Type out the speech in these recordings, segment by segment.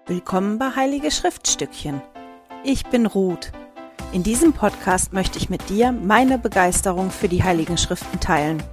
Willkommen bei Heilige Schriftstückchen. Ich bin Ruth. In diesem Podcast möchte ich mit dir meine Begeisterung für die Heiligen Schriften teilen.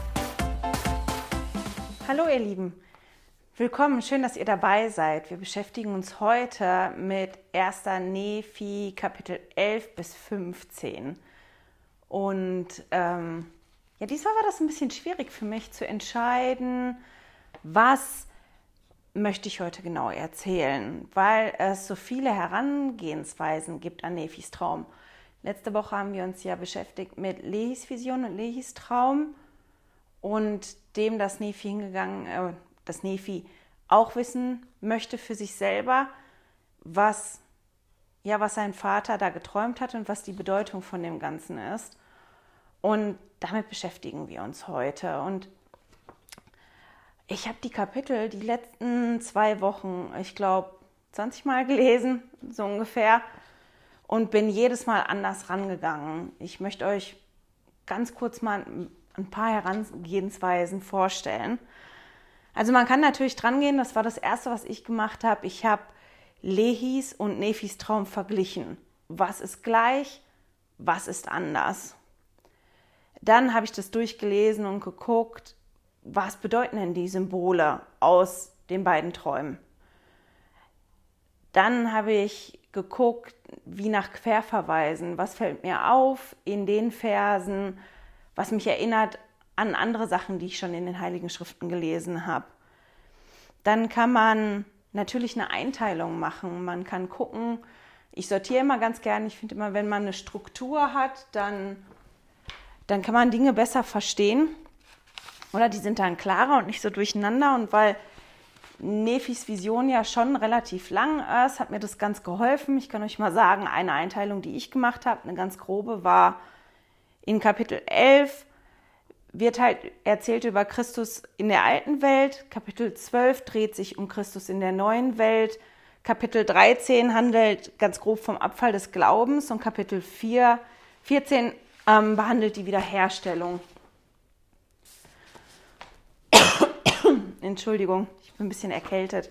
Hallo ihr Lieben, willkommen, schön, dass ihr dabei seid. Wir beschäftigen uns heute mit 1. Nephi, Kapitel 11 bis 15. Und diesmal war das ein bisschen schwierig für mich zu entscheiden, was möchte ich heute genau erzählen, weil es so viele Herangehensweisen gibt an Nephis Traum. Letzte Woche haben wir uns ja beschäftigt mit Lehis Vision und Lehis Traum und dem, dass Nephi auch wissen möchte für sich selber, was sein Vater da geträumt hat und was die Bedeutung von dem Ganzen ist. Und damit beschäftigen wir uns heute. Und ich habe die Kapitel die letzten 2 Wochen, ich glaube, 20 Mal gelesen, so ungefähr, und bin jedes Mal anders rangegangen. Ich möchte euch ganz kurz mal ein paar Herangehensweisen vorstellen. Also man kann natürlich dran gehen, das war das Erste, was ich gemacht habe. Ich habe Lehis und Nephis Traum verglichen. Was ist gleich, was ist anders? Dann habe ich das durchgelesen und geguckt, was bedeuten denn die Symbole aus den beiden Träumen? Dann habe ich geguckt, wie nach Querverweisen, was fällt mir auf in den Versen, was mich erinnert an andere Sachen, die ich schon in den Heiligen Schriften gelesen habe. Dann kann man natürlich eine Einteilung machen. Man kann gucken, ich sortiere immer ganz gerne, ich finde immer, wenn man eine Struktur hat, dann kann man Dinge besser verstehen. Oder die sind dann klarer und nicht so durcheinander. Und weil Nephis Vision ja schon relativ lang ist, hat mir das ganz geholfen. Ich kann euch mal sagen, eine Einteilung, die ich gemacht habe, eine ganz grobe, war in Kapitel 11, wird halt erzählt über Christus in der alten Welt. Kapitel 12 dreht sich um Christus in der neuen Welt. Kapitel 13 handelt ganz grob vom Abfall des Glaubens. Und Kapitel 14 behandelt die Wiederherstellung. Entschuldigung, ich bin ein bisschen erkältet.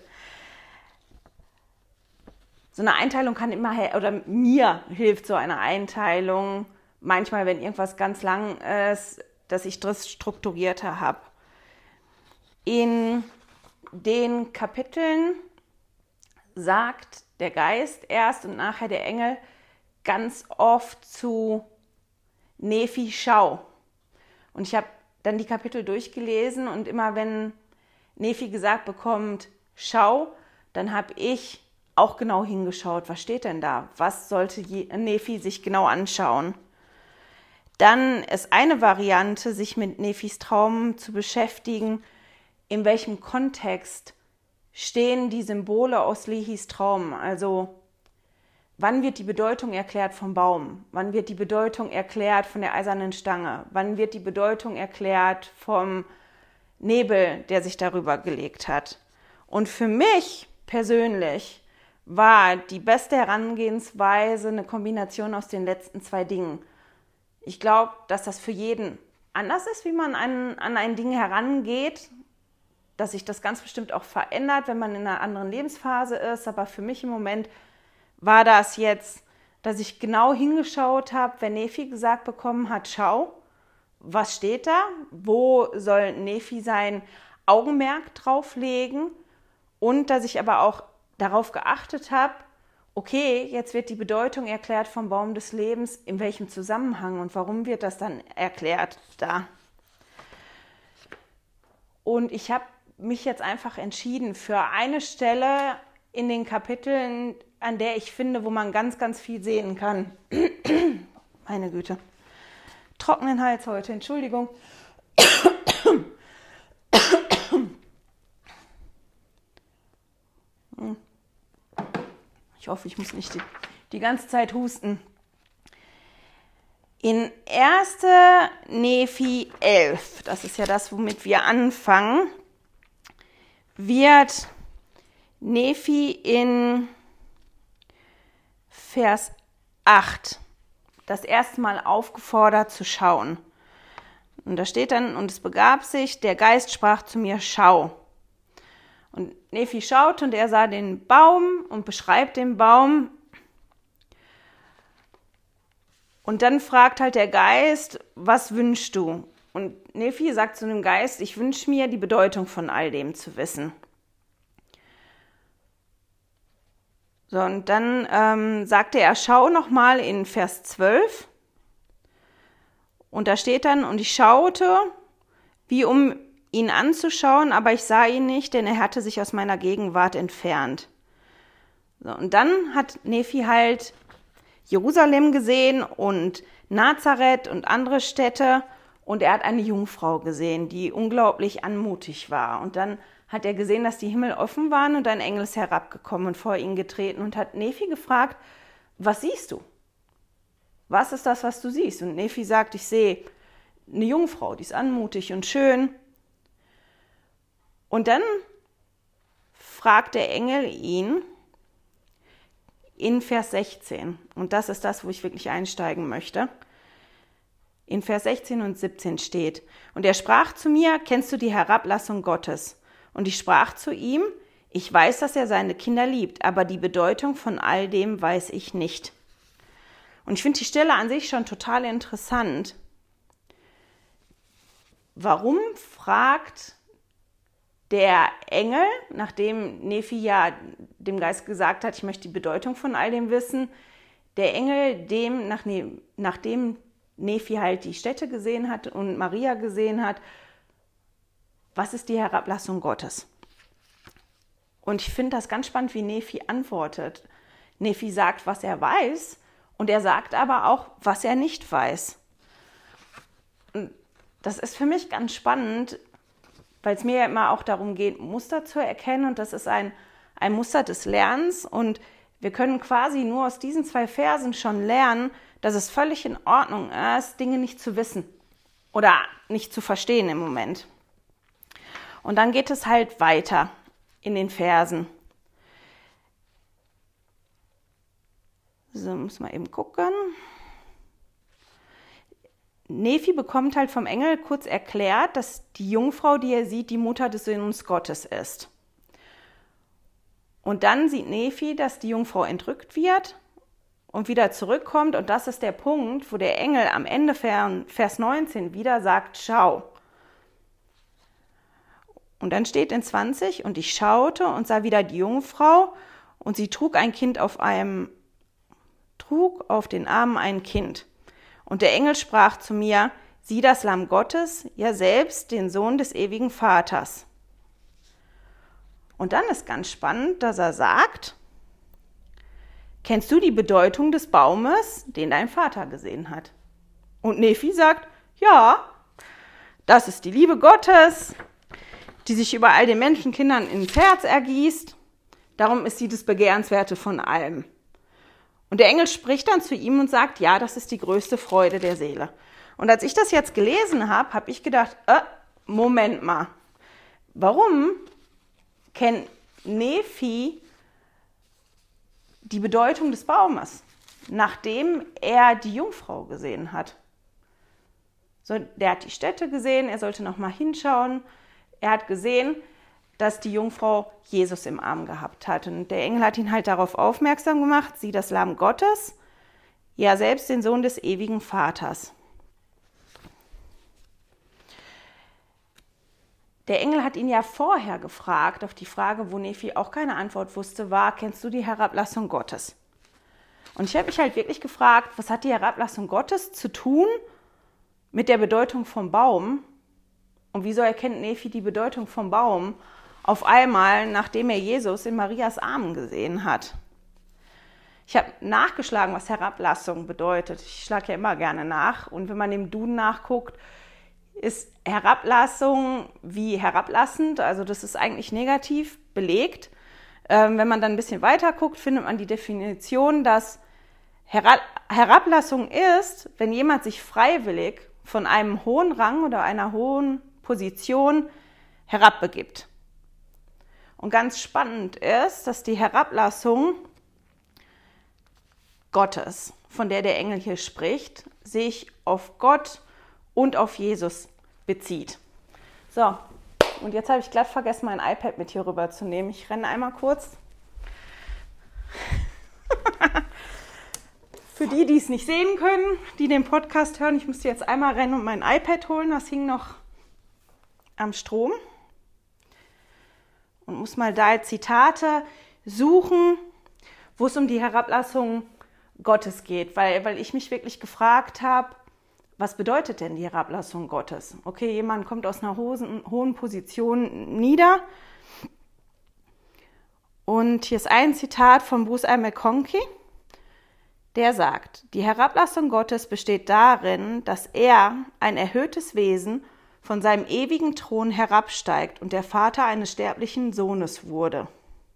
So eine Einteilung kann immer mir hilft so eine Einteilung, manchmal, wenn irgendwas ganz lang ist, dass ich das strukturierter habe. In den Kapiteln sagt der Geist erst und nachher der Engel ganz oft zu Nephi, schau. Und ich habe dann die Kapitel durchgelesen und immer wenn Nephi gesagt bekommt, schau, dann habe ich auch genau hingeschaut, was steht denn da? Was sollte Nephi sich genau anschauen? Dann ist eine Variante, sich mit Nephis Traum zu beschäftigen, in welchem Kontext stehen die Symbole aus Lehis Traum? Also wann wird die Bedeutung erklärt vom Baum? Wann wird die Bedeutung erklärt von der eisernen Stange? Wann wird die Bedeutung erklärt vom Nebel, der sich darüber gelegt hat? Und für mich persönlich war die beste Herangehensweise eine Kombination aus den letzten 2 Dingen. Ich glaube, dass das für jeden anders ist, wie man an ein Ding herangeht, dass sich das ganz bestimmt auch verändert, wenn man in einer anderen Lebensphase ist. Aber für mich im Moment war das jetzt, dass ich genau hingeschaut habe, wenn Nephi gesagt bekommen hat, schau, was steht da? Wo soll Nephi sein Augenmerk drauf legen? Und dass ich aber auch darauf geachtet habe, okay, jetzt wird die Bedeutung erklärt vom Baum des Lebens, in welchem Zusammenhang und warum wird das dann erklärt da? Und ich habe mich jetzt einfach entschieden für eine Stelle in den Kapiteln, an der ich finde, wo man ganz, ganz viel sehen kann. Meine Güte. Trockenen Hals heute, Entschuldigung. Ich hoffe, ich muss nicht die ganze Zeit husten. In 1. Nephi 11, das ist ja das, womit wir anfangen, wird Nephi in Vers 8 das erste Mal aufgefordert zu schauen. Und da steht dann, und es begab sich, der Geist sprach zu mir, schau. Und Nephi schaute und er sah den Baum und beschreibt den Baum. Und dann fragt halt der Geist, was wünschst du? Und Nephi sagt zu dem Geist, ich wünsche mir, die Bedeutung von all dem zu wissen. So, und dann sagte er, schau nochmal in Vers 12. Und da steht dann, und ich schaute, wie um ihn anzuschauen, aber ich sah ihn nicht, denn er hatte sich aus meiner Gegenwart entfernt. So, und dann hat Nephi halt Jerusalem gesehen und Nazareth und andere Städte und er hat eine Jungfrau gesehen, die unglaublich anmutig war. Und dann hat er gesehen, dass die Himmel offen waren und ein Engel ist herabgekommen und vor ihn getreten und hat Nephi gefragt, was siehst du? Was ist das, was du siehst? Und Nephi sagt, ich sehe eine Jungfrau, die ist anmutig und schön. Und dann fragt der Engel ihn in Vers 16. Und das ist das, wo ich wirklich einsteigen möchte. In Vers 16 und 17 steht, und er sprach zu mir, kennst du die Herablassung Gottes? Und ich sprach zu ihm, ich weiß, dass er seine Kinder liebt, aber die Bedeutung von all dem weiß ich nicht. Und ich finde die Stelle an sich schon total interessant. Warum fragt der Engel, nachdem Nephi ja dem Geist gesagt hat, ich möchte die Bedeutung von all dem wissen, der Engel nachdem Nephi halt die Städte gesehen hat und Maria gesehen hat, was ist die Herablassung Gottes? Und ich finde das ganz spannend, wie Nephi antwortet. Nephi sagt, was er weiß, und er sagt aber auch, was er nicht weiß. Und das ist für mich ganz spannend, weil es mir ja immer auch darum geht, Muster zu erkennen. Und das ist ein Muster des Lernens. Und wir können quasi nur aus diesen 2 Versen schon lernen, dass es völlig in Ordnung ist, Dinge nicht zu wissen oder nicht zu verstehen im Moment. Und dann geht es halt weiter in den Versen. So, muss man eben gucken. Nephi bekommt halt vom Engel kurz erklärt, dass die Jungfrau, die er sieht, die Mutter des Sohnes Gottes ist. Und dann sieht Nephi, dass die Jungfrau entrückt wird und wieder zurückkommt. Und das ist der Punkt, wo der Engel am Ende Vers 19 wieder sagt, schau. Und dann steht in 20, und ich schaute und sah wieder die Jungfrau und sie trug auf den Armen ein Kind. Und der Engel sprach zu mir, sieh das Lamm Gottes, ja selbst den Sohn des ewigen Vaters. Und dann ist ganz spannend, dass er sagt, kennst du die Bedeutung des Baumes, den dein Vater gesehen hat? Und Nephi sagt, ja, das ist die Liebe Gottes, die sich über all den Menschenkindern ins Herz ergießt. Darum ist sie das Begehrenswerte von allem. Und der Engel spricht dann zu ihm und sagt, ja, das ist die größte Freude der Seele. Und als ich das jetzt gelesen habe, habe ich gedacht, Moment mal, warum kennt Nephi die Bedeutung des Baumes, nachdem er die Jungfrau gesehen hat? So, der hat die Städte gesehen, er sollte noch mal hinschauen. Er hat gesehen, dass die Jungfrau Jesus im Arm gehabt hat. Und der Engel hat ihn halt darauf aufmerksam gemacht, sieh das Lamm Gottes, ja selbst den Sohn des ewigen Vaters. Der Engel hat ihn ja vorher gefragt, auf die Frage, wo Nephi auch keine Antwort wusste, war, kennst du die Herablassung Gottes? Und ich habe mich halt wirklich gefragt, was hat die Herablassung Gottes zu tun mit der Bedeutung vom Baum? Und wieso erkennt Nephi die Bedeutung vom Baum auf einmal, nachdem er Jesus in Marias Armen gesehen hat? Ich habe nachgeschlagen, was Herablassung bedeutet. Ich schlage ja immer gerne nach. Und wenn man im Duden nachguckt, ist Herablassung wie herablassend. Also das ist eigentlich negativ belegt. Wenn man dann ein bisschen weiter guckt, findet man die Definition, dass Herablassung ist, wenn jemand sich freiwillig von einem hohen Rang oder einer hohen Position herabbegibt. Und ganz spannend ist, dass die Herablassung Gottes, von der der Engel hier spricht, sich auf Gott und auf Jesus bezieht. So, Und jetzt habe ich glatt vergessen, mein iPad mit hier rüber zu nehmen. Ich renne einmal kurz. Für die, die es nicht sehen können, die den Podcast hören, ich musste jetzt einmal rennen und mein iPad holen. Das hing noch am Strom. Und muss mal da Zitate suchen, wo es um die Herablassung Gottes geht. Weil ich mich wirklich gefragt habe, was bedeutet denn die Herablassung Gottes? Okay, jemand kommt aus einer hohen Position nieder. Und hier ist ein Zitat von Bruce I. McConkie. Der sagt, die Herablassung Gottes besteht darin, dass er, ein erhöhtes Wesen, von seinem ewigen Thron herabsteigt und der Vater eines sterblichen Sohnes wurde.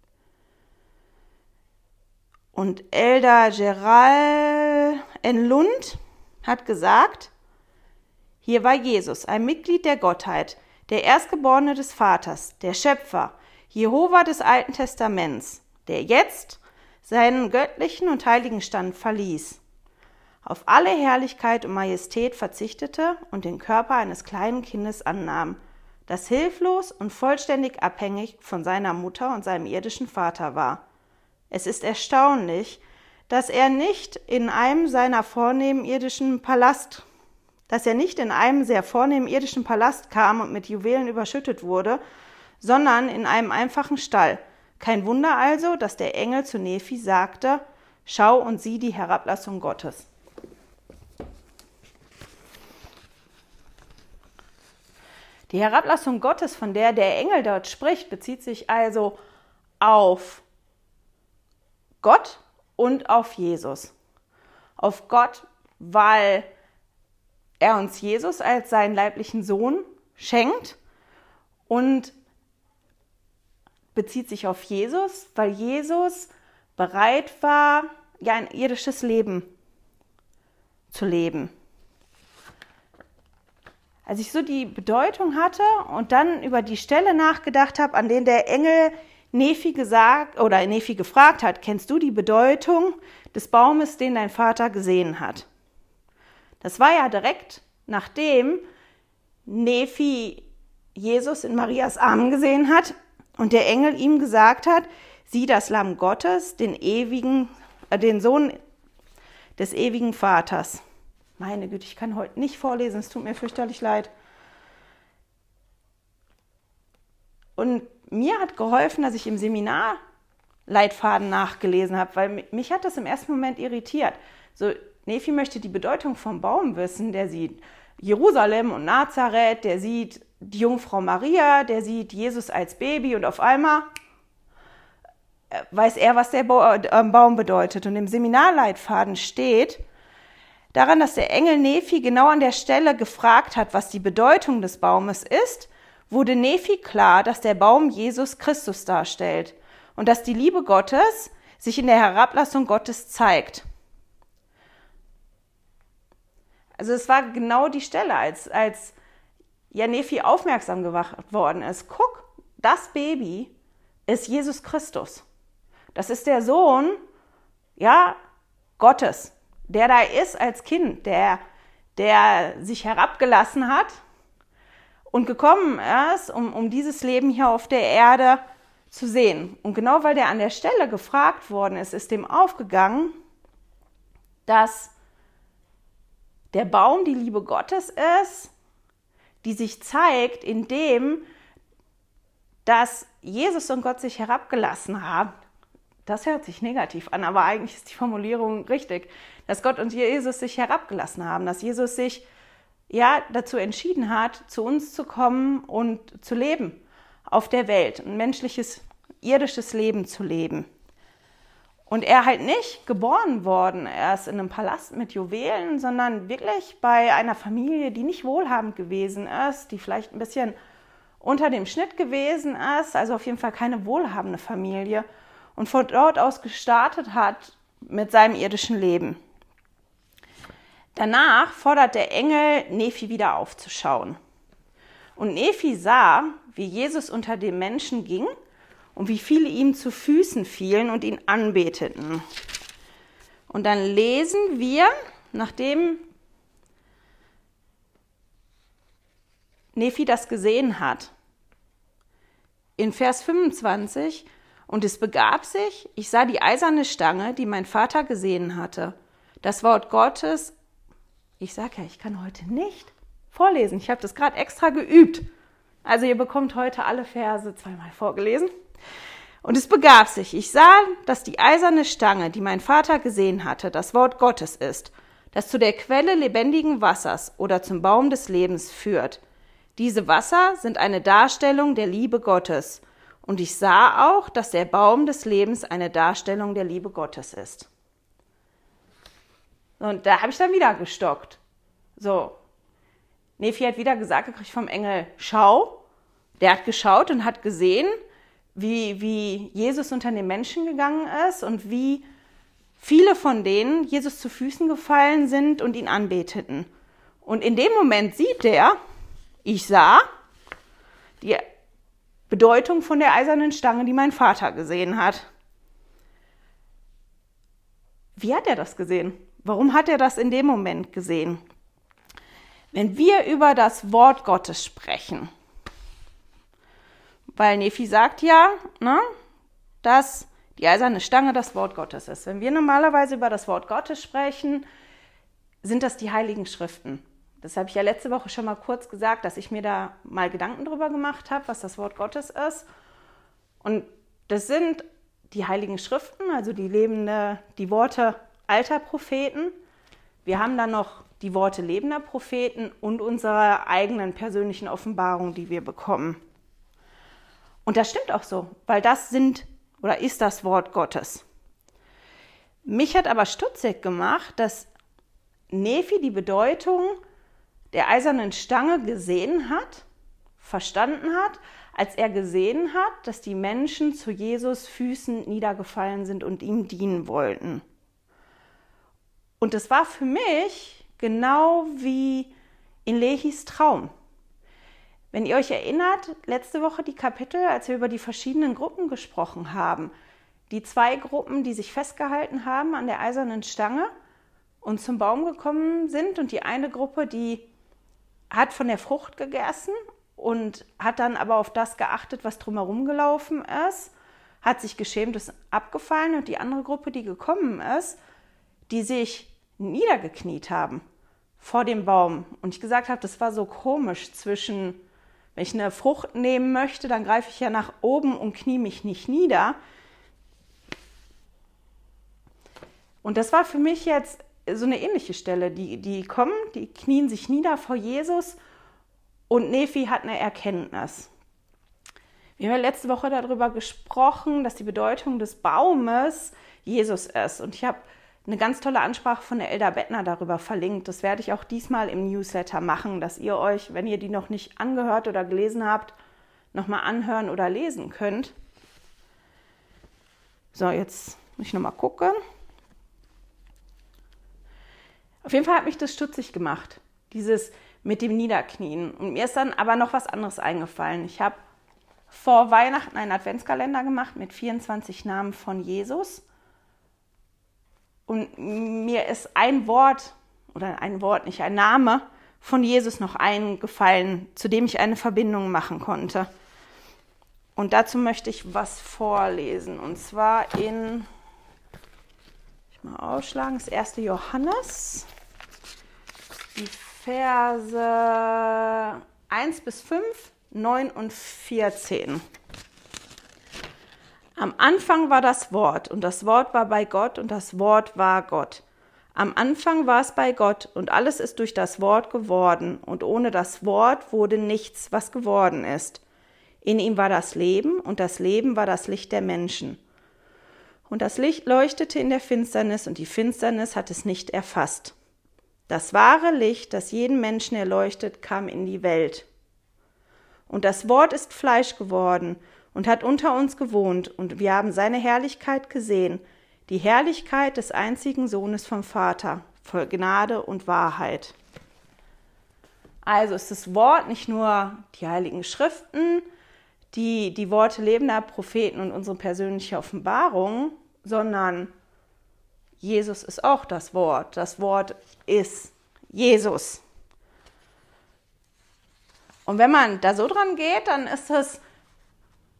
Und Elder Gerald N. Lund hat gesagt, hier war Jesus, ein Mitglied der Gottheit, der Erstgeborene des Vaters, der Schöpfer, Jehova des Alten Testaments, der jetzt seinen göttlichen und heiligen Stand verließ, auf alle Herrlichkeit und Majestät verzichtete und den Körper eines kleinen Kindes annahm, das hilflos und vollständig abhängig von seiner Mutter und seinem irdischen Vater war. Es ist erstaunlich, dass er nicht in einem sehr vornehmen irdischen Palast kam und mit Juwelen überschüttet wurde, sondern in einem einfachen Stall. Kein Wunder also, dass der Engel zu Nephi sagte, schau und sieh die Herablassung Gottes. Die Herablassung Gottes, von der der Engel dort spricht, bezieht sich also auf Gott und auf Jesus. Auf Gott, weil er uns Jesus als seinen leiblichen Sohn schenkt, und bezieht sich auf Jesus, weil Jesus bereit war, ja, ein irdisches Leben zu leben. Als ich so die Bedeutung hatte und dann über die Stelle nachgedacht habe, an der der Engel Nephi gefragt hat, kennst du die Bedeutung des Baumes, den dein Vater gesehen hat? Das war ja direkt nachdem Nephi Jesus in Marias Armen gesehen hat und der Engel ihm gesagt hat, sieh das Lamm Gottes, den Sohn des ewigen Vaters. Meine Güte, ich kann heute nicht vorlesen, es tut mir fürchterlich leid. Und mir hat geholfen, dass ich im Seminar Leitfaden nachgelesen habe, weil mich hat das im ersten Moment irritiert. So, Nephi möchte die Bedeutung vom Baum wissen, der sieht Jerusalem und Nazareth, der sieht die Jungfrau Maria, der sieht Jesus als Baby und auf einmal weiß er, was der Baum bedeutet. Und im Seminarleitfaden steht daran, dass der Engel Nephi genau an der Stelle gefragt hat, was die Bedeutung des Baumes ist, wurde Nephi klar, dass der Baum Jesus Christus darstellt und dass die Liebe Gottes sich in der Herablassung Gottes zeigt. Also es war genau die Stelle, als Nephi aufmerksam gemacht worden ist. Guck, das Baby ist Jesus Christus. Das ist der Sohn, ja, Gottes, der da ist als Kind, der sich herabgelassen hat und gekommen ist, um dieses Leben hier auf der Erde zu sehen. Und genau weil der an der Stelle gefragt worden ist, ist dem aufgegangen, dass der Baum die Liebe Gottes ist, die sich zeigt, indem dass Jesus und Gott sich herabgelassen haben. Das hört sich negativ an, aber eigentlich ist die Formulierung richtig, dass Gott und Jesus sich herabgelassen haben, dass Jesus sich dazu entschieden hat, zu uns zu kommen und zu leben auf der Welt, ein menschliches, irdisches Leben zu leben. Und er halt nicht geboren worden, erst in einem Palast mit Juwelen, sondern wirklich bei einer Familie, die nicht wohlhabend gewesen ist, die vielleicht ein bisschen unter dem Schnitt gewesen ist, also auf jeden Fall keine wohlhabende Familie, und von dort aus gestartet hat mit seinem irdischen Leben. Danach fordert der Engel Nephi wieder aufzuschauen. Und Nephi sah, wie Jesus unter den Menschen ging und wie viele ihm zu Füßen fielen und ihn anbeteten. Und dann lesen wir, nachdem Nephi das gesehen hat, in Vers 25, und es begab sich, ich sah die eiserne Stange, die mein Vater gesehen hatte. Das Wort Gottes, ich sage ja, ich kann heute nicht vorlesen. Ich habe das gerade extra geübt. Also ihr bekommt heute alle Verse zweimal vorgelesen. Und es begab sich, ich sah, dass die eiserne Stange, die mein Vater gesehen hatte, das Wort Gottes ist, das zu der Quelle lebendigen Wassers oder zum Baum des Lebens führt. Diese Wasser sind eine Darstellung der Liebe Gottes. Und ich sah auch, dass der Baum des Lebens eine Darstellung der Liebe Gottes ist. Und da habe ich dann wieder gestockt. So, Nephi hat wieder gesagt, gekriegt vom Engel, schau. Der hat geschaut und hat gesehen, wie Jesus unter den Menschen gegangen ist und wie viele von denen Jesus zu Füßen gefallen sind und ihn anbeteten. Und in dem Moment sieht er, ich sah die Bedeutung von der eisernen Stange, die mein Vater gesehen hat. Wie hat er das gesehen? Warum hat er das in dem Moment gesehen? Wenn wir über das Wort Gottes sprechen, weil Nephi sagt ja, dass die eiserne Stange das Wort Gottes ist. Wenn wir normalerweise über das Wort Gottes sprechen, sind das die Heiligen Schriften. Das habe ich ja letzte Woche schon mal kurz gesagt, dass ich mir da mal Gedanken drüber gemacht habe, was das Wort Gottes ist. Und das sind die Heiligen Schriften, also die Worte alter Propheten. Wir haben dann noch die Worte lebender Propheten und unsere eigenen persönlichen Offenbarungen, die wir bekommen. Und das stimmt auch so, weil das ist das Wort Gottes. Mich hat aber stutzig gemacht, dass Nephi die Bedeutung der eisernen Stange gesehen hat, verstanden hat, als er gesehen hat, dass die Menschen zu Jesus Füßen niedergefallen sind und ihm dienen wollten. Und das war für mich genau wie in Lehis Traum. Wenn ihr euch erinnert, letzte Woche die Kapitel, als wir über die verschiedenen Gruppen gesprochen haben, die 2 Gruppen, die sich festgehalten haben an der eisernen Stange und zum Baum gekommen sind, und die eine Gruppe, die hat von der Frucht gegessen und hat dann aber auf das geachtet, was drumherum gelaufen ist, hat sich geschämt, ist abgefallen, und die andere Gruppe, die gekommen ist, die sich niedergekniet haben vor dem Baum. Und ich gesagt habe, das war so komisch zwischen, wenn ich eine Frucht nehmen möchte, dann greife ich ja nach oben und knie mich nicht nieder. Und das war für mich jetzt so eine ähnliche Stelle. Die kommen, die knien sich nieder vor Jesus, und Nephi hat eine Erkenntnis. Wir haben ja letzte Woche darüber gesprochen, dass die Bedeutung des Baumes Jesus ist. Und ich habe eine ganz tolle Ansprache von der Elda Bettner darüber verlinkt. Das werde ich auch diesmal im Newsletter machen, dass ihr euch, wenn ihr die noch nicht angehört oder gelesen habt, nochmal anhören oder lesen könnt. So, jetzt muss ich nochmal gucken. Auf jeden Fall hat mich das stutzig gemacht, dieses mit dem Niederknien. Und mir ist dann aber noch was anderes eingefallen. Ich habe vor Weihnachten einen Adventskalender gemacht mit 24 Namen von Jesus. Und mir ist ein Name von Jesus noch eingefallen, zu dem ich eine Verbindung machen konnte. Und dazu möchte ich was vorlesen. Und zwar mal ausschlagen, das 1. Johannes, die Verse 1 bis 5, 9 und 14. Am Anfang war das Wort, und das Wort war bei Gott, und das Wort war Gott. Am Anfang war es bei Gott, und alles ist durch das Wort geworden, und ohne das Wort wurde nichts, was geworden ist. In ihm war das Leben, und das Leben war das Licht der Menschen. Und das Licht leuchtete in der Finsternis, und die Finsternis hat es nicht erfasst. Das wahre Licht, das jeden Menschen erleuchtet, kam in die Welt. Und das Wort ist Fleisch geworden und hat unter uns gewohnt, und wir haben seine Herrlichkeit gesehen, die Herrlichkeit des einzigen Sohnes vom Vater, voll Gnade und Wahrheit. Also ist das Wort nicht nur die Heiligen Schriften, die Worte lebender Propheten und unsere persönliche Offenbarung, sondern Jesus ist auch das Wort. Das Wort ist Jesus. Und wenn man da so dran geht, dann ist es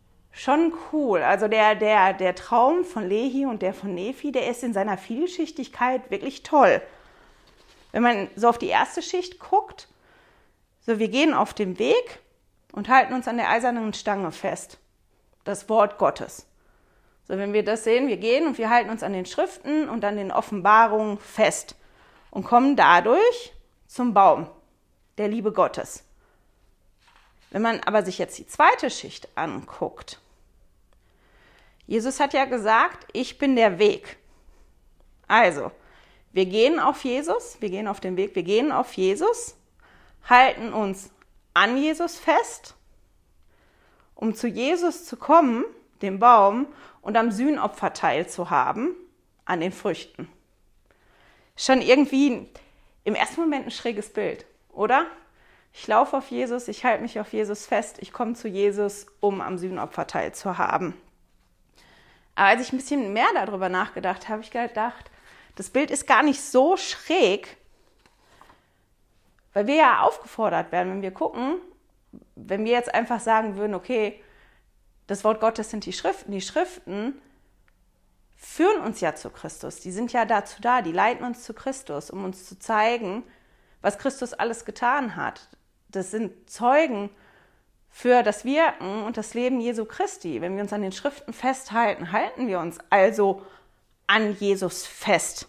schon cool. Also der Traum von Lehi und der von Nephi, der ist in seiner Vielschichtigkeit wirklich toll. Wenn man so auf die erste Schicht guckt, so wir gehen auf dem Weg und halten uns an der eisernen Stange fest. Das Wort Gottes. So, wenn wir das sehen, wir gehen und wir halten uns an den Schriften und an den Offenbarungen fest und kommen dadurch zum Baum der Liebe Gottes. Wenn man aber sich jetzt die zweite Schicht anguckt, Jesus hat ja gesagt, ich bin der Weg. Also, wir gehen auf Jesus, wir gehen auf den Weg, wir gehen auf Jesus, halten uns an Jesus fest, um zu Jesus zu kommen, dem Baum, und am Sühnopfer teilzuhaben, an den Früchten. Schon irgendwie im ersten Moment ein schräges Bild, oder? Ich laufe auf Jesus, ich halte mich auf Jesus fest, ich komme zu Jesus, um am Sühnopfer teilzuhaben. Aber als ich ein bisschen mehr darüber nachgedacht habe, habe ich gedacht, das Bild ist gar nicht so schräg, weil wir ja aufgefordert werden, wenn wir gucken, wenn wir jetzt einfach sagen würden, okay, das Wort Gottes sind die Schriften führen uns ja zu Christus, die sind ja dazu da, die leiten uns zu Christus, um uns zu zeigen, was Christus alles getan hat. Das sind Zeugen für das Wirken und das Leben Jesu Christi. Wenn wir uns an den Schriften festhalten, halten wir uns also an Jesus fest.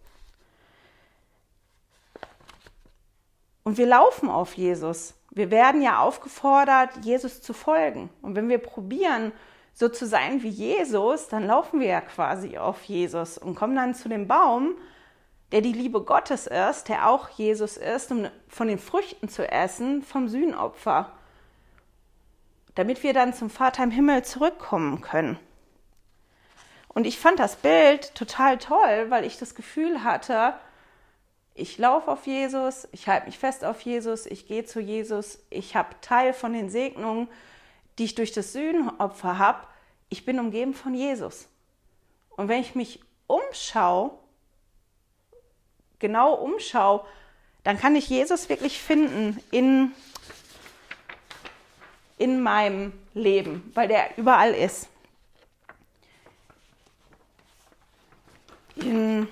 Und wir laufen auf Jesus. Wir werden ja aufgefordert, Jesus zu folgen. Und wenn wir probieren, so zu sein wie Jesus, dann laufen wir ja quasi auf Jesus und kommen dann zu dem Baum, der die Liebe Gottes ist, der auch Jesus ist, um von den Früchten zu essen, vom Sühnopfer, damit wir dann zum Vater im Himmel zurückkommen können. Und ich fand das Bild total toll, weil ich das Gefühl hatte, ich laufe auf Jesus, ich halte mich fest auf Jesus, ich gehe zu Jesus, ich habe Teil von den Segnungen, die ich durch das Sühnopfer habe. Ich bin umgeben von Jesus. Und wenn ich mich genau umschaue, dann kann ich Jesus wirklich finden in meinem Leben, weil der überall ist. In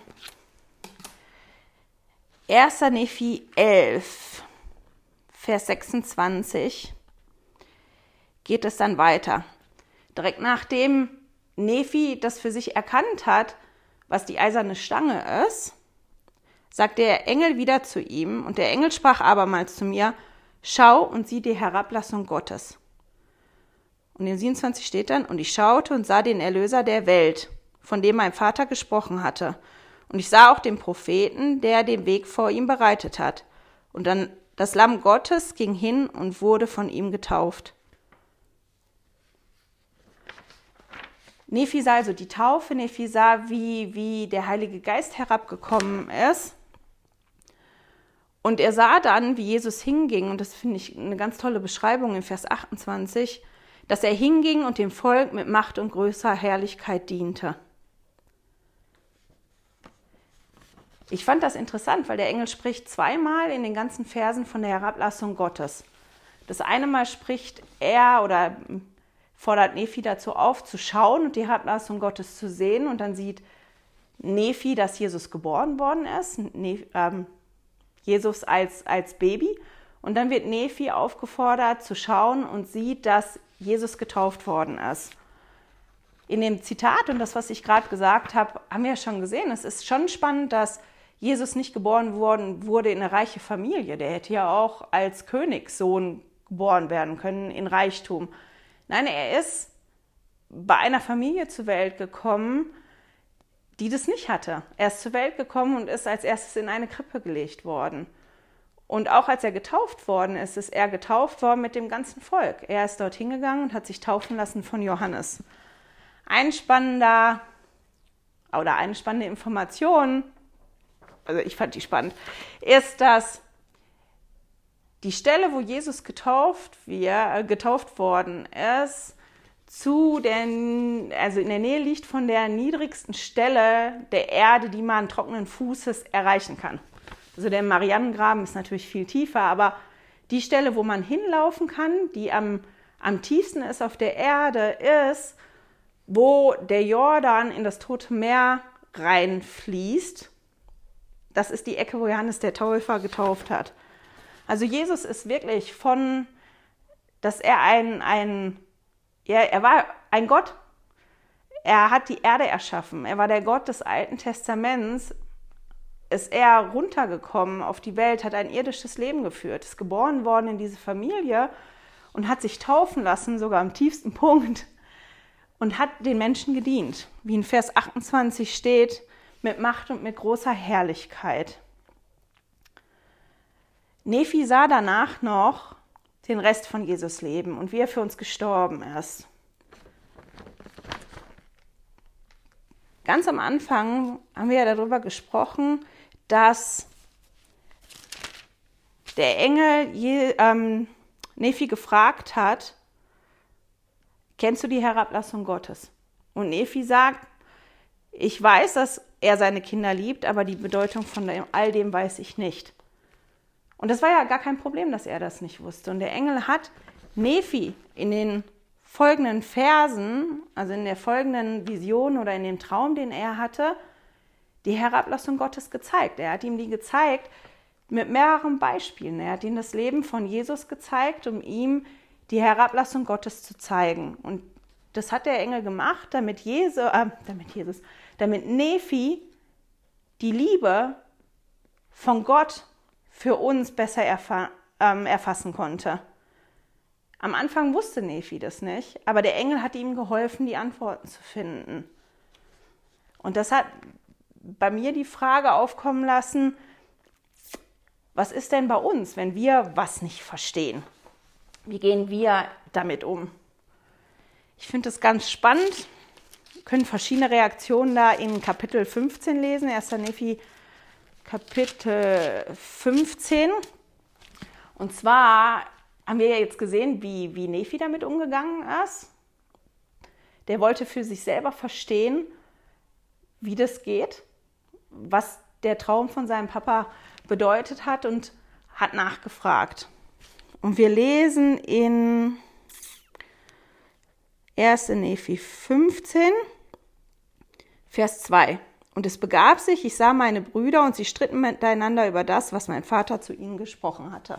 1. Nephi 11, Vers 26 geht es dann weiter. Direkt nachdem Nephi das für sich erkannt hat, was die eiserne Stange ist, sagt der Engel wieder zu ihm, und der Engel sprach abermals zu mir, schau und sieh die Herablassung Gottes. Und in 27 steht dann, und ich schaute und sah den Erlöser der Welt, von dem mein Vater gesprochen hatte. Und ich sah auch den Propheten, der den Weg vor ihm bereitet hat. Und dann das Lamm Gottes ging hin und wurde von ihm getauft. Nephi sah also die Taufe, Nephi sah, wie der Heilige Geist herabgekommen ist. Und er sah dann, wie Jesus hinging, und das finde ich eine ganz tolle Beschreibung in Vers 28, dass er hinging und dem Volk mit Macht und größerer Herrlichkeit diente. Ich fand das interessant, weil der Engel spricht zweimal in den ganzen Versen von der Herablassung Gottes. Das eine Mal spricht er oder fordert Nephi dazu auf, zu schauen und die Herablassung Gottes zu sehen. Und dann sieht Nephi, dass Jesus geboren worden ist, Jesus als Baby. Und dann wird Nephi aufgefordert zu schauen und sieht, dass Jesus getauft worden ist. In dem Zitat und das, was ich gerade gesagt habe, haben wir ja schon gesehen, es ist schon spannend, dass Jesus nicht geboren wurde in eine reiche Familie. Der hätte ja auch als Königssohn geboren werden können in Reichtum. Nein, er ist bei einer Familie zur Welt gekommen, die das nicht hatte. Er ist zur Welt gekommen und ist als erstes in eine Krippe gelegt worden. Und auch als er getauft worden ist, ist er getauft worden mit dem ganzen Volk. Er ist dorthin gegangen und hat sich taufen lassen von Johannes. Eine spannende Information, also ich fand die spannend, ist, dass die Stelle, wo Jesus getauft worden ist, in der Nähe liegt von der niedrigsten Stelle der Erde, die man trockenen Fußes erreichen kann. Also der Marianengraben ist natürlich viel tiefer, aber die Stelle, wo man hinlaufen kann, die am am tiefsten ist auf der Erde, ist, wo der Jordan in das Tote Meer reinfließt. Das ist die Ecke, wo Johannes der Täufer getauft hat. Also Jesus ist wirklich dass er er war ein Gott. Er hat die Erde erschaffen. Er war der Gott des Alten Testaments. Ist er runtergekommen auf die Welt, hat ein irdisches Leben geführt, ist geboren worden in diese Familie und hat sich taufen lassen, sogar am tiefsten Punkt, und hat den Menschen gedient, wie in Vers 28 steht, mit Macht und mit großer Herrlichkeit. Nephi sah danach noch den Rest von Jesus leben und wie er für uns gestorben ist. Ganz am Anfang haben wir ja darüber gesprochen, dass der Engel Nephi gefragt hat, kennst du die Herablassung Gottes? Und Nephi sagt, ich weiß, dass er seine Kinder liebt, aber die Bedeutung von all dem weiß ich nicht. Und das war ja gar kein Problem, dass er das nicht wusste. Und der Engel hat Nephi in den folgenden Versen, also in der folgenden Vision oder in dem Traum, den er hatte, die Herablassung Gottes gezeigt. Er hat ihm die gezeigt mit mehreren Beispielen. Er hat ihm das Leben von Jesus gezeigt, um ihm die Herablassung Gottes zu zeigen. Und das hat der Engel gemacht, damit Nephi die Liebe von Gott für uns besser erfassen konnte. Am Anfang wusste Nephi das nicht, aber der Engel hat ihm geholfen, die Antworten zu finden. Und das hat bei mir die Frage aufkommen lassen, was ist denn bei uns, wenn wir was nicht verstehen? Wie gehen wir damit um? Ich finde es ganz spannend. Wir können verschiedene Reaktionen da in Kapitel 15 lesen. 1. Nephi, Kapitel 15. Und zwar haben wir ja jetzt gesehen, wie Nephi damit umgegangen ist. Der wollte für sich selber verstehen, wie das geht, was der Traum von seinem Papa bedeutet hat und hat nachgefragt. Und wir lesen in 1. Nephi 15, Vers 2. Und es begab sich, ich sah meine Brüder und sie stritten miteinander über das, was mein Vater zu ihnen gesprochen hatte.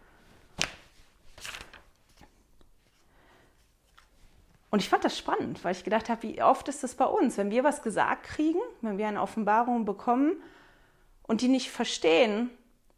Und ich fand das spannend, weil ich gedacht habe, wie oft ist das bei uns, wenn wir was gesagt kriegen, wenn wir eine Offenbarung bekommen und die nicht verstehen,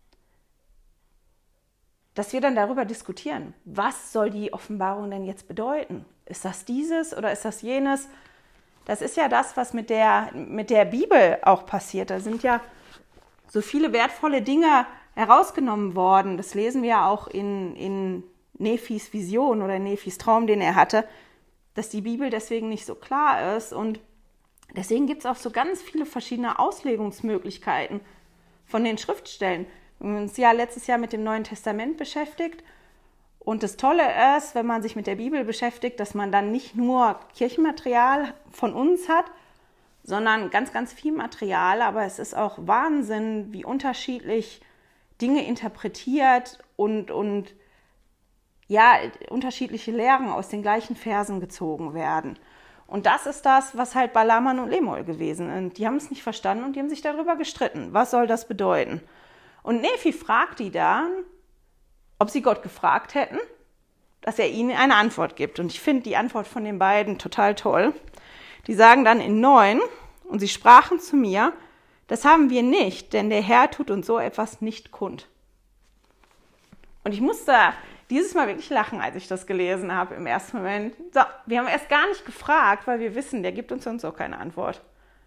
dass wir dann darüber diskutieren, was soll die Offenbarung denn jetzt bedeuten? Ist das dieses oder ist das jenes? Das ist ja das, was mit der Bibel auch passiert. Da sind ja so viele wertvolle Dinge herausgenommen worden. Das lesen wir auch in Nephis Vision oder Nephis Traum, den er hatte, dass die Bibel deswegen nicht so klar ist. Und deswegen gibt es auch so ganz viele verschiedene Auslegungsmöglichkeiten von den Schriftstellen. Wir haben uns ja letztes Jahr mit dem Neuen Testament beschäftigt. Und das Tolle ist, wenn man sich mit der Bibel beschäftigt, dass man dann nicht nur Kirchenmaterial von uns hat, sondern ganz, ganz viel Material. Aber es ist auch Wahnsinn, wie unterschiedlich Dinge interpretiert und unterschiedliche Lehren aus den gleichen Versen gezogen werden. Und das ist das, was halt bei Laman und Lemol gewesen ist. Die haben es nicht verstanden und die haben sich darüber gestritten. Was soll das bedeuten? Und Nephi fragt die dann, ob sie Gott gefragt hätten, dass er ihnen eine Antwort gibt. Und ich finde die Antwort von den beiden total toll. Die sagen dann in 9, und sie sprachen zu mir, das haben wir nicht, denn der Herr tut uns so etwas nicht kund. Und ich musste dieses Mal wirklich lachen, als ich das gelesen habe im ersten Moment. So, wir haben erst gar nicht gefragt, weil wir wissen, der gibt uns auch keine Antwort.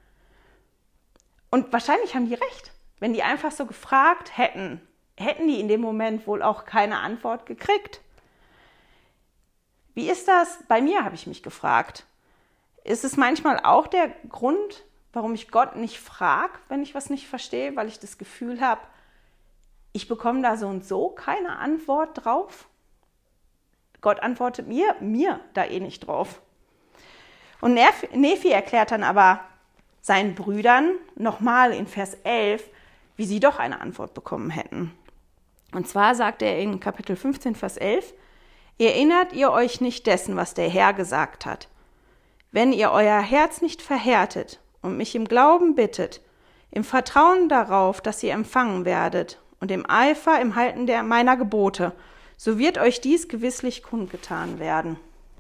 Und wahrscheinlich haben die recht. Wenn die einfach so gefragt hätten die in dem Moment wohl auch keine Antwort gekriegt. Wie ist das? Bei mir habe ich mich gefragt. Ist es manchmal auch der Grund, warum ich Gott nicht frage, wenn ich was nicht verstehe, weil ich das Gefühl habe, ich bekomme da so und so keine Antwort drauf? Gott antwortet mir da eh nicht drauf. Und Nephi erklärt dann aber seinen Brüdern nochmal in Vers 11, wie sie doch eine Antwort bekommen hätten. Und zwar sagt er in Kapitel 15, Vers 11, Erinnert ihr euch nicht dessen, was der Herr gesagt hat? Wenn ihr euer Herz nicht verhärtet und mich im Glauben bittet, im Vertrauen darauf, dass ihr empfangen werdet und im Eifer im Halten meiner Gebote, so wird euch dies gewisslich kundgetan werden.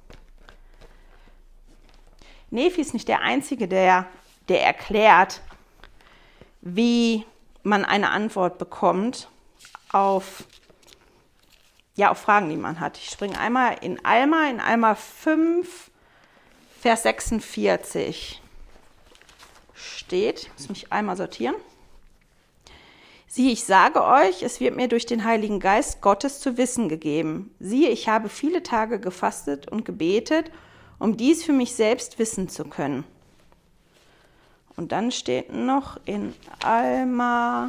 Nephi ist nicht der Einzige, der erklärt, wie man eine Antwort bekommt auf Fragen, die man hat. Ich springe einmal in Alma 5, Vers 46 steht, ich muss mich einmal sortieren. Siehe, ich sage euch, es wird mir durch den Heiligen Geist Gottes zu wissen gegeben. Siehe, ich habe viele Tage gefastet und gebetet, um dies für mich selbst wissen zu können. Und dann steht noch in Alma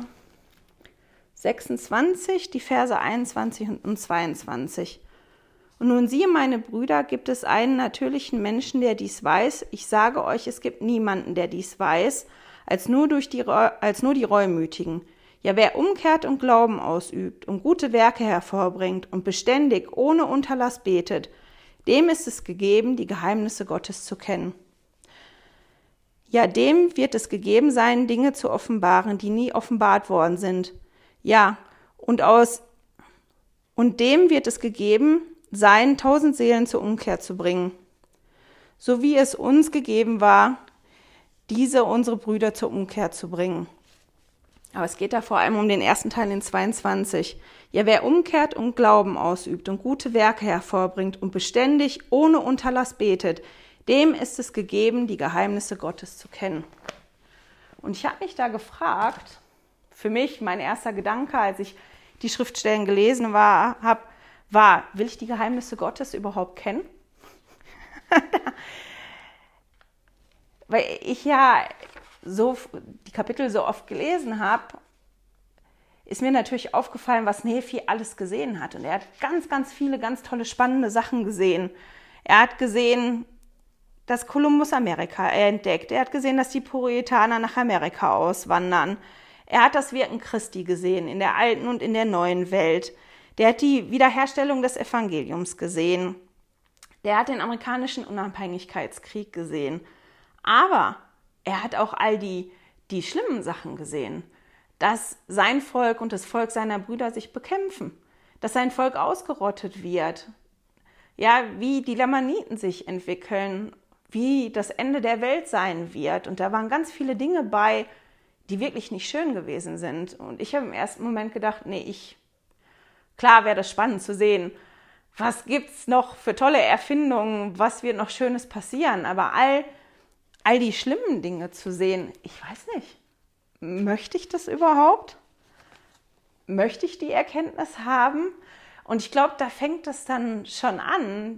26, die Verse 21 und 22. Und nun siehe, meine Brüder, gibt es einen natürlichen Menschen, der dies weiß. Ich sage euch, es gibt niemanden, der dies weiß, als nur die Reumütigen. Ja, wer umkehrt und Glauben ausübt und gute Werke hervorbringt und beständig ohne Unterlass betet, dem ist es gegeben, die Geheimnisse Gottes zu kennen. Ja, dem wird es gegeben sein, Dinge zu offenbaren, die nie offenbart worden sind. Ja, und dem wird es gegeben sein, 1000 Seelen zur Umkehr zu bringen. So wie es uns gegeben war, diese unsere Brüder zur Umkehr zu bringen. Aber es geht da vor allem um den ersten Teil in 22. Ja, wer umkehrt und Glauben ausübt und gute Werke hervorbringt und beständig ohne Unterlass betet, dem ist es gegeben, die Geheimnisse Gottes zu kennen. Und ich habe mich da gefragt, für mich mein erster Gedanke, als ich die Schriftstellen gelesen habe, war, will ich die Geheimnisse Gottes überhaupt kennen? Weil ich ja so die Kapitel so oft gelesen habe, ist mir natürlich aufgefallen, was Nephi alles gesehen hat. Und er hat ganz, ganz viele, ganz tolle, spannende Sachen gesehen. Er hat gesehen, dass Kolumbus Amerika entdeckt. Er hat gesehen, dass die Puritaner nach Amerika auswandern. Er hat das Wirken Christi gesehen in der alten und in der neuen Welt. Der hat die Wiederherstellung des Evangeliums gesehen. Der hat den amerikanischen Unabhängigkeitskrieg gesehen. Aber er hat auch all die schlimmen Sachen gesehen. Dass sein Volk und das Volk seiner Brüder sich bekämpfen. Dass sein Volk ausgerottet wird. Ja, wie die Lamaniten sich entwickeln. Wie das Ende der Welt sein wird. Und da waren ganz viele Dinge bei, die wirklich nicht schön gewesen sind. Und ich habe im ersten Moment gedacht, klar wäre das spannend zu sehen, was gibt's noch für tolle Erfindungen, was wird noch Schönes passieren. Aber all die schlimmen Dinge zu sehen, ich weiß nicht, möchte ich das überhaupt? Möchte ich die Erkenntnis haben? Und ich glaube, da fängt es dann schon an,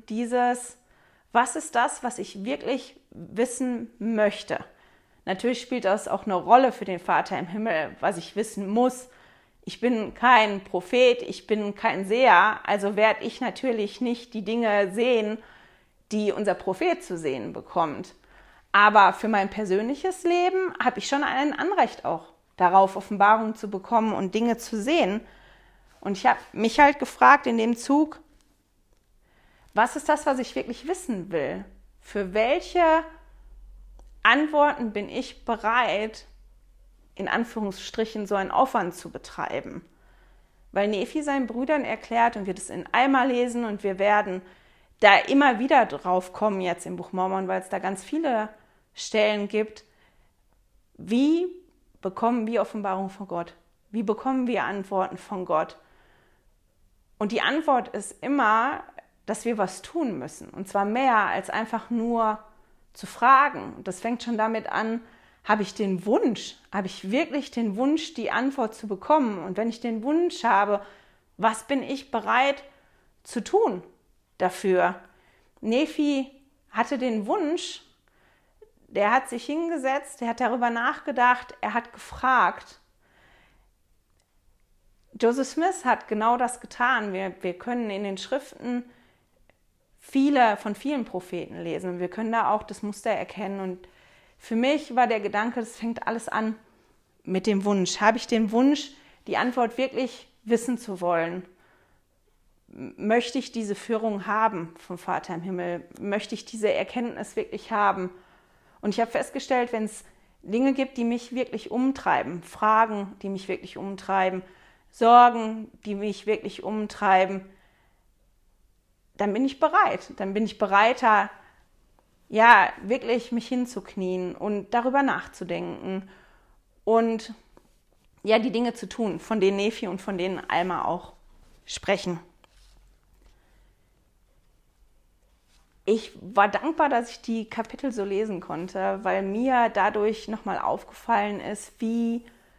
was ist das, was ich wirklich wissen möchte? Natürlich spielt das auch eine Rolle für den Vater im Himmel, was ich wissen muss. Ich bin kein Prophet, ich bin kein Seher, also werde ich natürlich nicht die Dinge sehen, die unser Prophet zu sehen bekommt. Aber für mein persönliches Leben habe ich schon ein Anrecht auch darauf, Offenbarungen zu bekommen und Dinge zu sehen. Und ich habe mich halt gefragt in dem Zug, was ist das, was ich wirklich wissen will? Für welche Antworten bin ich bereit, in Anführungsstrichen so einen Aufwand zu betreiben? Weil Nephi seinen Brüdern erklärt, und wir das in Alma lesen und wir werden da immer wieder drauf kommen jetzt im Buch Mormon, weil es da ganz viele Stellen gibt, wie bekommen wir Offenbarung von Gott? Wie bekommen wir Antworten von Gott? Und die Antwort ist immer, dass wir was tun müssen. Und zwar mehr als einfach nur zu fragen. Und das fängt schon damit an, habe ich wirklich den Wunsch, die Antwort zu bekommen? Und wenn ich den Wunsch habe, was bin ich bereit zu tun dafür? Nephi hatte den Wunsch, der hat sich hingesetzt, der hat darüber nachgedacht, er hat gefragt. Joseph Smith hat genau das getan. Wir können in den Schriften von vielen Propheten lesen. Wir können da auch das Muster erkennen. Und für mich war der Gedanke, das fängt alles an mit dem Wunsch. Habe ich den Wunsch, die Antwort wirklich wissen zu wollen? möchte ich diese Führung haben vom Vater im Himmel? Möchte ich diese Erkenntnis wirklich haben? Und ich habe festgestellt, wenn es Dinge gibt, die mich wirklich umtreiben, Fragen, die mich wirklich umtreiben, Sorgen, die mich wirklich umtreiben, dann bin ich bereit. Dann bin ich bereiter, ja, wirklich mich hinzuknien und darüber nachzudenken und ja, die Dinge zu tun, von denen Nephi und von denen Alma auch sprechen. Ich war dankbar, dass ich die Kapitel so lesen konnte, weil mir dadurch nochmal aufgefallen ist, wie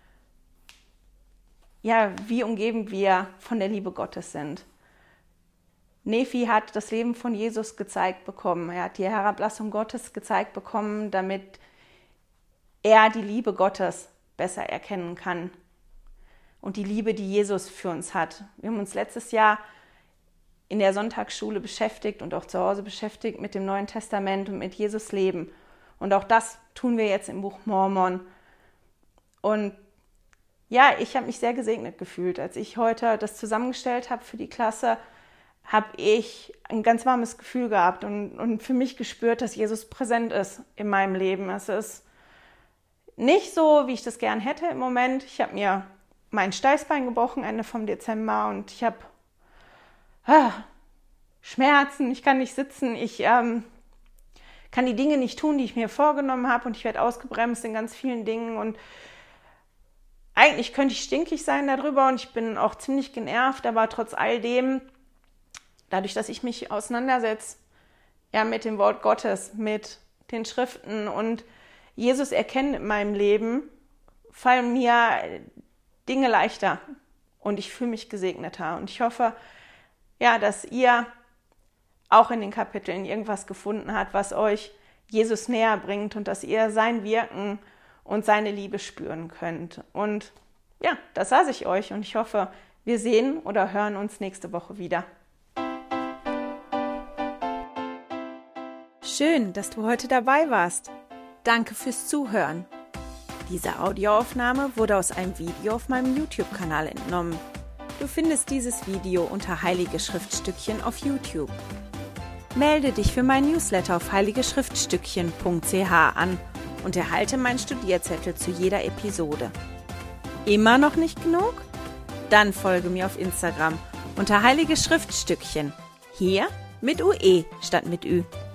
umgeben wir von der Liebe Gottes sind. Nephi hat das Leben von Jesus gezeigt bekommen. Er hat die Herablassung Gottes gezeigt bekommen, damit er die Liebe Gottes besser erkennen kann. Und die Liebe, die Jesus für uns hat. Wir haben uns letztes Jahr in der Sonntagsschule beschäftigt und auch zu Hause beschäftigt mit dem Neuen Testament und mit Jesus Leben. Und auch das tun wir jetzt im Buch Mormon. Und ja, ich habe mich sehr gesegnet gefühlt. Als ich heute das zusammengestellt habe für die Klasse, habe ich ein ganz warmes Gefühl gehabt und für mich gespürt, dass Jesus präsent ist in meinem Leben. Es ist nicht so, wie ich das gern hätte im Moment. Ich habe mir mein Steißbein gebrochen Ende vom Dezember und ich habe Schmerzen, ich kann nicht sitzen, ich kann die Dinge nicht tun, die ich mir vorgenommen habe und ich werde ausgebremst in ganz vielen Dingen und eigentlich könnte ich stinkig sein darüber und ich bin auch ziemlich genervt, aber trotz all dem, dadurch, dass ich mich auseinandersetze mit dem Wort Gottes, mit den Schriften und Jesus erkenne in meinem Leben, fallen mir Dinge leichter und ich fühle mich gesegneter und ich hoffe, dass ihr auch in den Kapiteln irgendwas gefunden habt, was euch Jesus näher bringt und dass ihr sein Wirken und seine Liebe spüren könnt. Und ja, das sage ich euch und ich hoffe, wir sehen oder hören uns nächste Woche wieder. Schön, dass du heute dabei warst. Danke fürs Zuhören. Diese Audioaufnahme wurde aus einem Video auf meinem YouTube-Kanal entnommen. Du findest dieses Video unter Heilige Schriftstückchen auf YouTube. Melde dich für mein Newsletter auf heiligeschriftstückchen.ch an und erhalte meinen Studierzettel zu jeder Episode. Immer noch nicht genug? Dann folge mir auf Instagram unter Heilige Schriftstückchen. Hier mit UE statt mit Ü.